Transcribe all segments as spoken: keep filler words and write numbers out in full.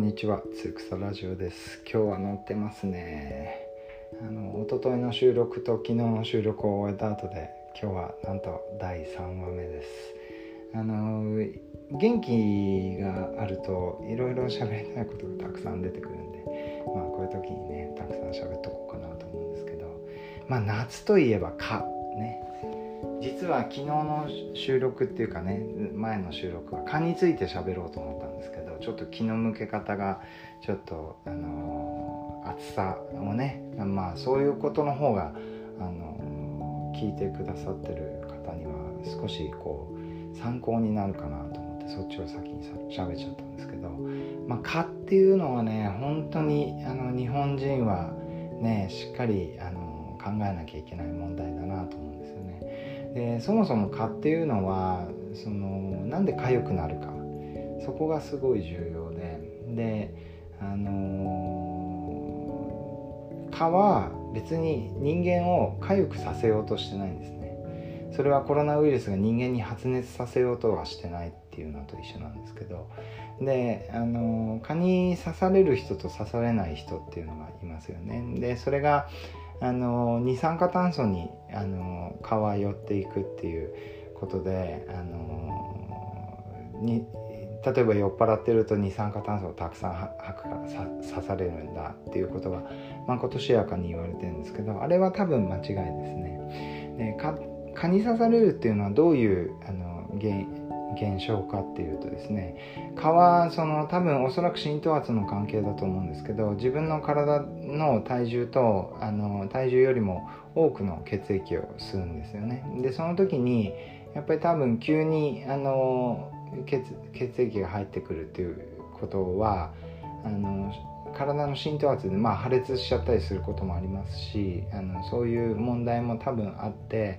にちは、つくさラジオです。今日は乗ってますね。あの一昨日の収録と昨日の収録を終えた後で、今日はなんとだいさんわめです。あの元気があるといろいろ喋りたいことがたくさん出てくるんで、まあこういう時にね、たくさん喋っとこうかなと思うんですけど、まあ夏といえば蚊ね。実は昨日の収録っていうかね、前の収録は蚊について喋ろうと思ったんですけど、ちょっと気の向け方がちょっとあのー、暑さをね、まあそういうことの方があのー、聞いてくださってる方には少しこう参考になるかなと思って、そっちを先に喋っちゃったんですけど、まあ蚊っていうのはね、本当にあの日本人はね、しっかりあの考えなきゃいけない問題だなと思うんですよね。でそもそも蚊っていうのはそのなんで痒くなるか、そこがすごい重要で、であのー、蚊は別に人間を痒くさせようとしてないんですね。それはコロナウイルスが人間に発熱させようとはしてないっていうのと一緒なんですけど、であのー、蚊に刺される人と刺されない人っていうのがいますよね。でそれがあの二酸化炭素にあの蚊は寄っていくっていうことで、あのに例えば酔っ払ってると二酸化炭素をたくさん吐くから刺されるんだっていうことがまことしやかに言われてるんですけど、あれは多分間違いですね。で 蚊, 蚊に刺されるっていうのはどういうあの原因現象かっていうとですね、蚊はその多分おそらく浸透圧の関係だと思うんですけど、自分の体の体重とあの体重よりも多くの血液を吸うんですよね。でその時にやっぱり多分急にあの 血, 血液が入ってくるっていうことはあの体の浸透圧で、まあ、破裂しちゃったりすることもありますし、あのそういう問題も多分あって、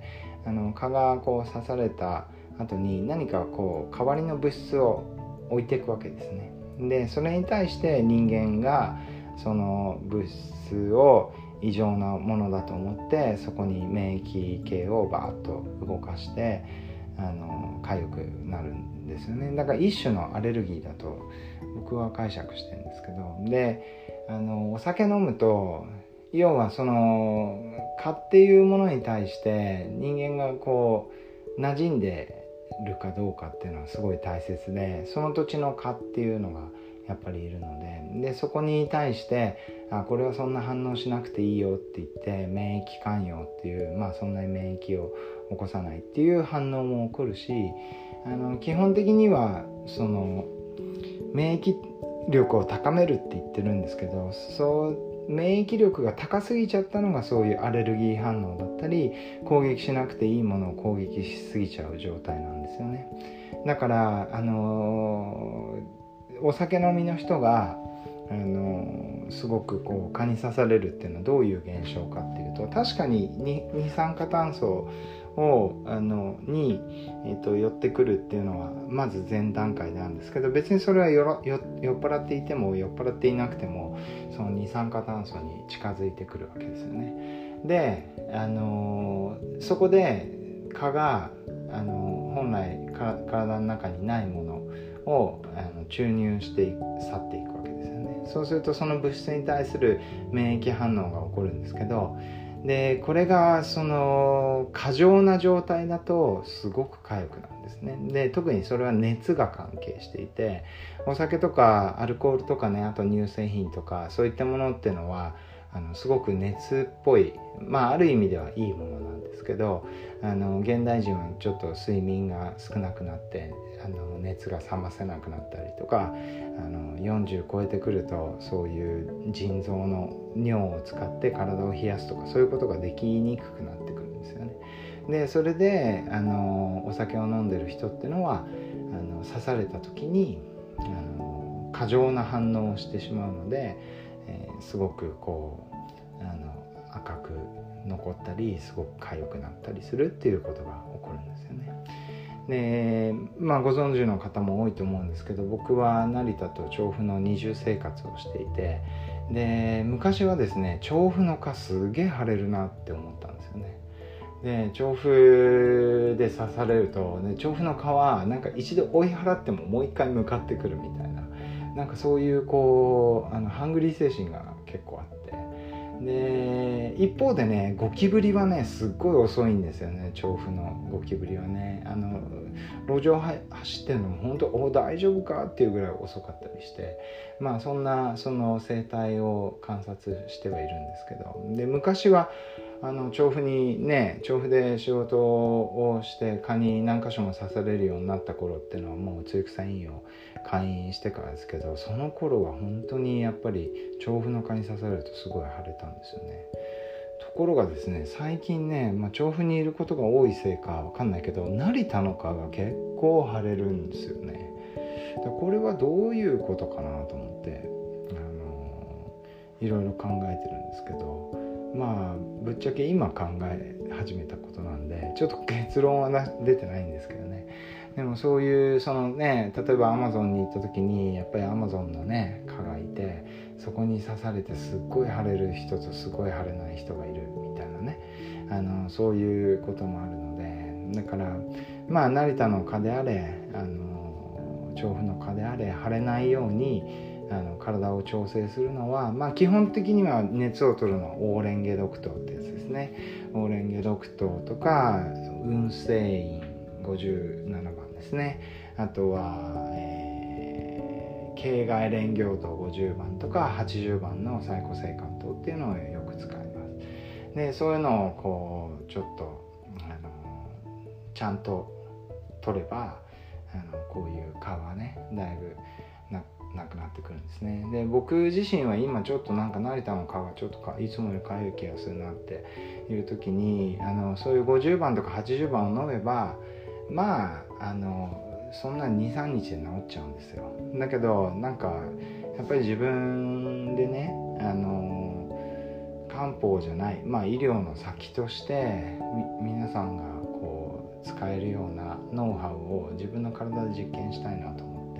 あの蚊がこう刺された後に何かこう代わりの物質を置いていくわけですね。でそれに対して人間がその物質を異常なものだと思って、そこに免疫系をバーッと動かしてあの痒くなるんですよね。だから一種のアレルギーだと僕は解釈してるんですけど、であのお酒飲むと、要はその蚊っていうものに対して人間がこう馴染んでるかどうかっていうのはすごい大切で、その土地の蚊っていうのがやっぱりいるので、でそこに対してあこれはそんな反応しなくていいよって言って免疫寛容っていう、まあそんなに免疫を起こさないっていう反応も起こるし、あの基本的にはその免疫力を高めるって言ってるんですけど、そう免疫力が高すぎちゃったのがそういうアレルギー反応だったり、攻撃しなくていいものを攻撃しすぎちゃう状態なんですよね。だからあのー、お酒飲みの人があのー、すごくこう蚊に刺されるっていうのはどういう現象かっていうと、確かに二酸化炭素をあのに、えー、と寄ってくるっていうのはまず前段階なんですけど、別にそれはよよ酔っ払っていても酔っ払っていなくてもその二酸化炭素に近づいてくるわけですよね。で、あのー、そこで蚊が、あのー、本来か体の中にないものをあの注入して去っていくわけですよね。そうするとその物質に対する免疫反応が起こるんですけど、でこれがその過剰な状態だとすごく痒くなるんですね。で特にそれは熱が関係していて、お酒とかアルコールとかね、あと乳製品とかそういったものっていうのはあのすごく熱っぽい、まあある意味ではいいものなんですけど、あの現代人はちょっと睡眠が少なくなってあの熱が冷ませなくなったりとか、あのよんじゅう超えてくるとそういう腎臓の尿を使って体を冷やすとか、そういうことができにくくなってくるんですよね。でそれであのお酒を飲んでる人っていうのはあの刺された時にあの過剰な反応をしてしまうので、えー、すごくこうあの赤く残ったりすごく痒くなったりするっていうことが起こるんですよね。でまあご存知の方も多いと思うんですけど、僕は成田と調布の二重生活をしていて、で昔はですね、調布の蚊すげえ腫れるなって思ったんですよね。で調布で刺されると、ね、調布の蚊はなんか一度追い払ってももう一回向かってくるみたいな、 なんかそういうこうあのハングリー精神が結構あって、で一方でねゴキブリはねすっごい遅いんですよね。調布のゴキブリはね、あの路上は走ってるのも本当お大丈夫かっていうぐらい遅かったりして、まあそんなその生態を観察してはいるんですけど、で昔はあの調布にね調布で仕事をして蚊に何箇所も刺されるようになった頃っていうのはもう露草院を開院してからですけど、その頃は本当にやっぱり調布の蚊に刺されるとすごい腫れたんですよね。ところがですね最近ね、まあ、調布にいることが多いせいかわかんないけど成田の蚊が結構腫れるんですよね。だこれはどういうことかなと思って、あのいろいろ考えてるんですけど、まあぶっちゃけ今考え始めたことなんでちょっと結論は出てないんですけどね。でもそういうそのね、例えばアマゾンに行った時にやっぱりアマゾンのね蚊がいて、そこに刺されてすっごい腫れる人とすごい腫れない人がいるみたいなね、あのそういうこともあるので、だからまあ成田の蚊であれあの調布の蚊であれ腫れないようにあの体を調整するのは、まあ、基本的には熱を取るのはオーレンゲドクトってやつですね。オーレンゲドクトとか運勢院ごじゅうななばんですね。あとは、えー、経外連行灯ごじゅうばんとかはちじゅうばんの最古青函灯っていうのをよく使います。でそういうのをこうちょっとあのちゃんと取ればあのこういう蚊はねだいぶななくなってくるんですね。で僕自身は今ちょっとなんか成田の蚊がちょっとかいつもよりかゆい気がするなっていう時にあのそういうごじゅうばんとかはちじゅうばんを飲めばまああのそんな にさんにちで治っちゃうんですよ。だけどなんかやっぱり自分でねあの漢方じゃないまあ医療の先としてみ皆さんがこう使えるようなノウハウを自分の体で実験したいなと思って、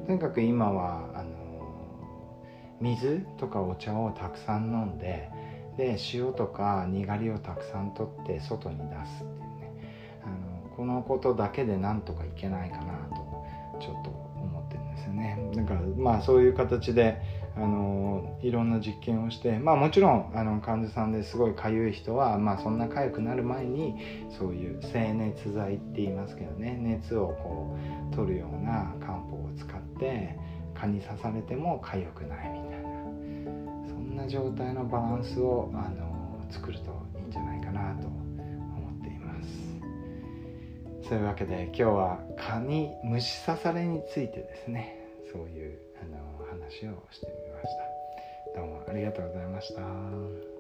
とにかく今はあの水とかお茶をたくさん飲んで、で塩とかにがりをたくさん取って外に出すっていうね、あのこのことだけでなんとかいけないかなとちょっと思ってるんですよね。だからまあそういう形であのいろんな実験をして、まあもちろんあの患者さんですごいかゆい人はまあそんなかゆくなる前にそういう清熱剤って言いますけどね、熱をこう取るような漢方を使って蚊に刺されてもかゆくないみたいな、そんな状態のバランスをあの作るといいんじゃないかなと思っています。そういうわけで今日は蚊に虫刺されについてですね、そういうあの話をしてみました。どうもありがとうございました。